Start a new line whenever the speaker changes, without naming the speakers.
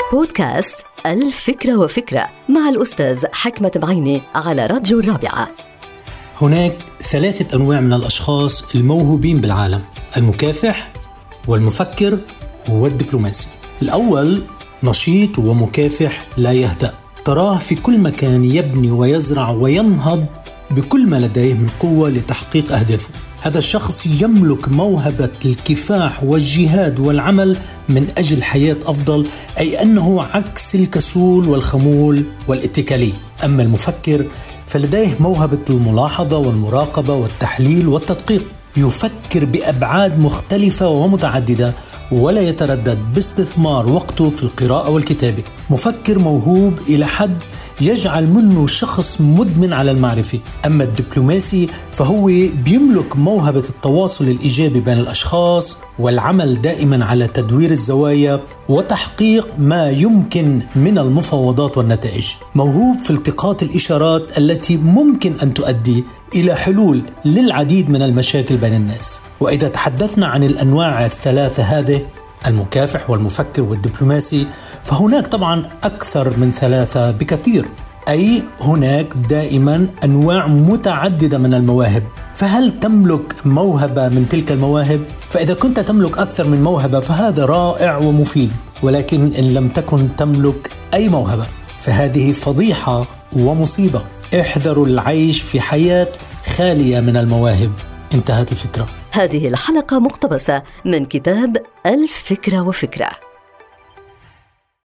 بودكاست الفكرة وفكرة مع الأستاذ حكمة بعيني على راديو الرابعة.
هناك 3 أنواع من الأشخاص الموهوبين بالعالم: المكافح والمفكر والدبلوماسي. الأول نشيط ومكافح لا يهدأ، تراه في كل مكان يبني ويزرع وينهض بكل ما لديه من قوة لتحقيق أهدافه. هذا الشخص يملك موهبة الكفاح والجهاد والعمل من أجل حياة أفضل، أي أنه عكس الكسول والخمول والاتكالي. أما المفكر فلديه موهبة الملاحظة والمراقبة والتحليل والتدقيق، يفكر بأبعاد مختلفة ومتعددة ولا يتردد باستثمار وقته في القراءة والكتابة. مفكر موهوب إلى حد يجعل منه شخص مدمن على المعرفة. أما الدبلوماسي فهو بيملك موهبة التواصل الإيجابي بين الأشخاص والعمل دائما على تدوير الزوايا وتحقيق ما يمكن من المفاوضات والنتائج. موهوب في التقاط الإشارات التي ممكن أن تؤدي إلى حلول للعديد من المشاكل بين الناس. وإذا تحدثنا عن الأنواع ال3 هذه، المكافح والمفكر والدبلوماسي، فهناك طبعا أكثر من 3 بكثير، أي هناك دائما أنواع متعددة من المواهب. فهل تملك موهبة من تلك المواهب؟ فإذا كنت تملك أكثر من موهبة فهذا رائع ومفيد، ولكن إن لم تكن تملك أي موهبة فهذه فضيحة ومصيبة. احذروا العيش في حياة خالية من المواهب. انتهت الفكرة.
هذه الحلقة مقتبسة من كتاب الفكرة وفكرة.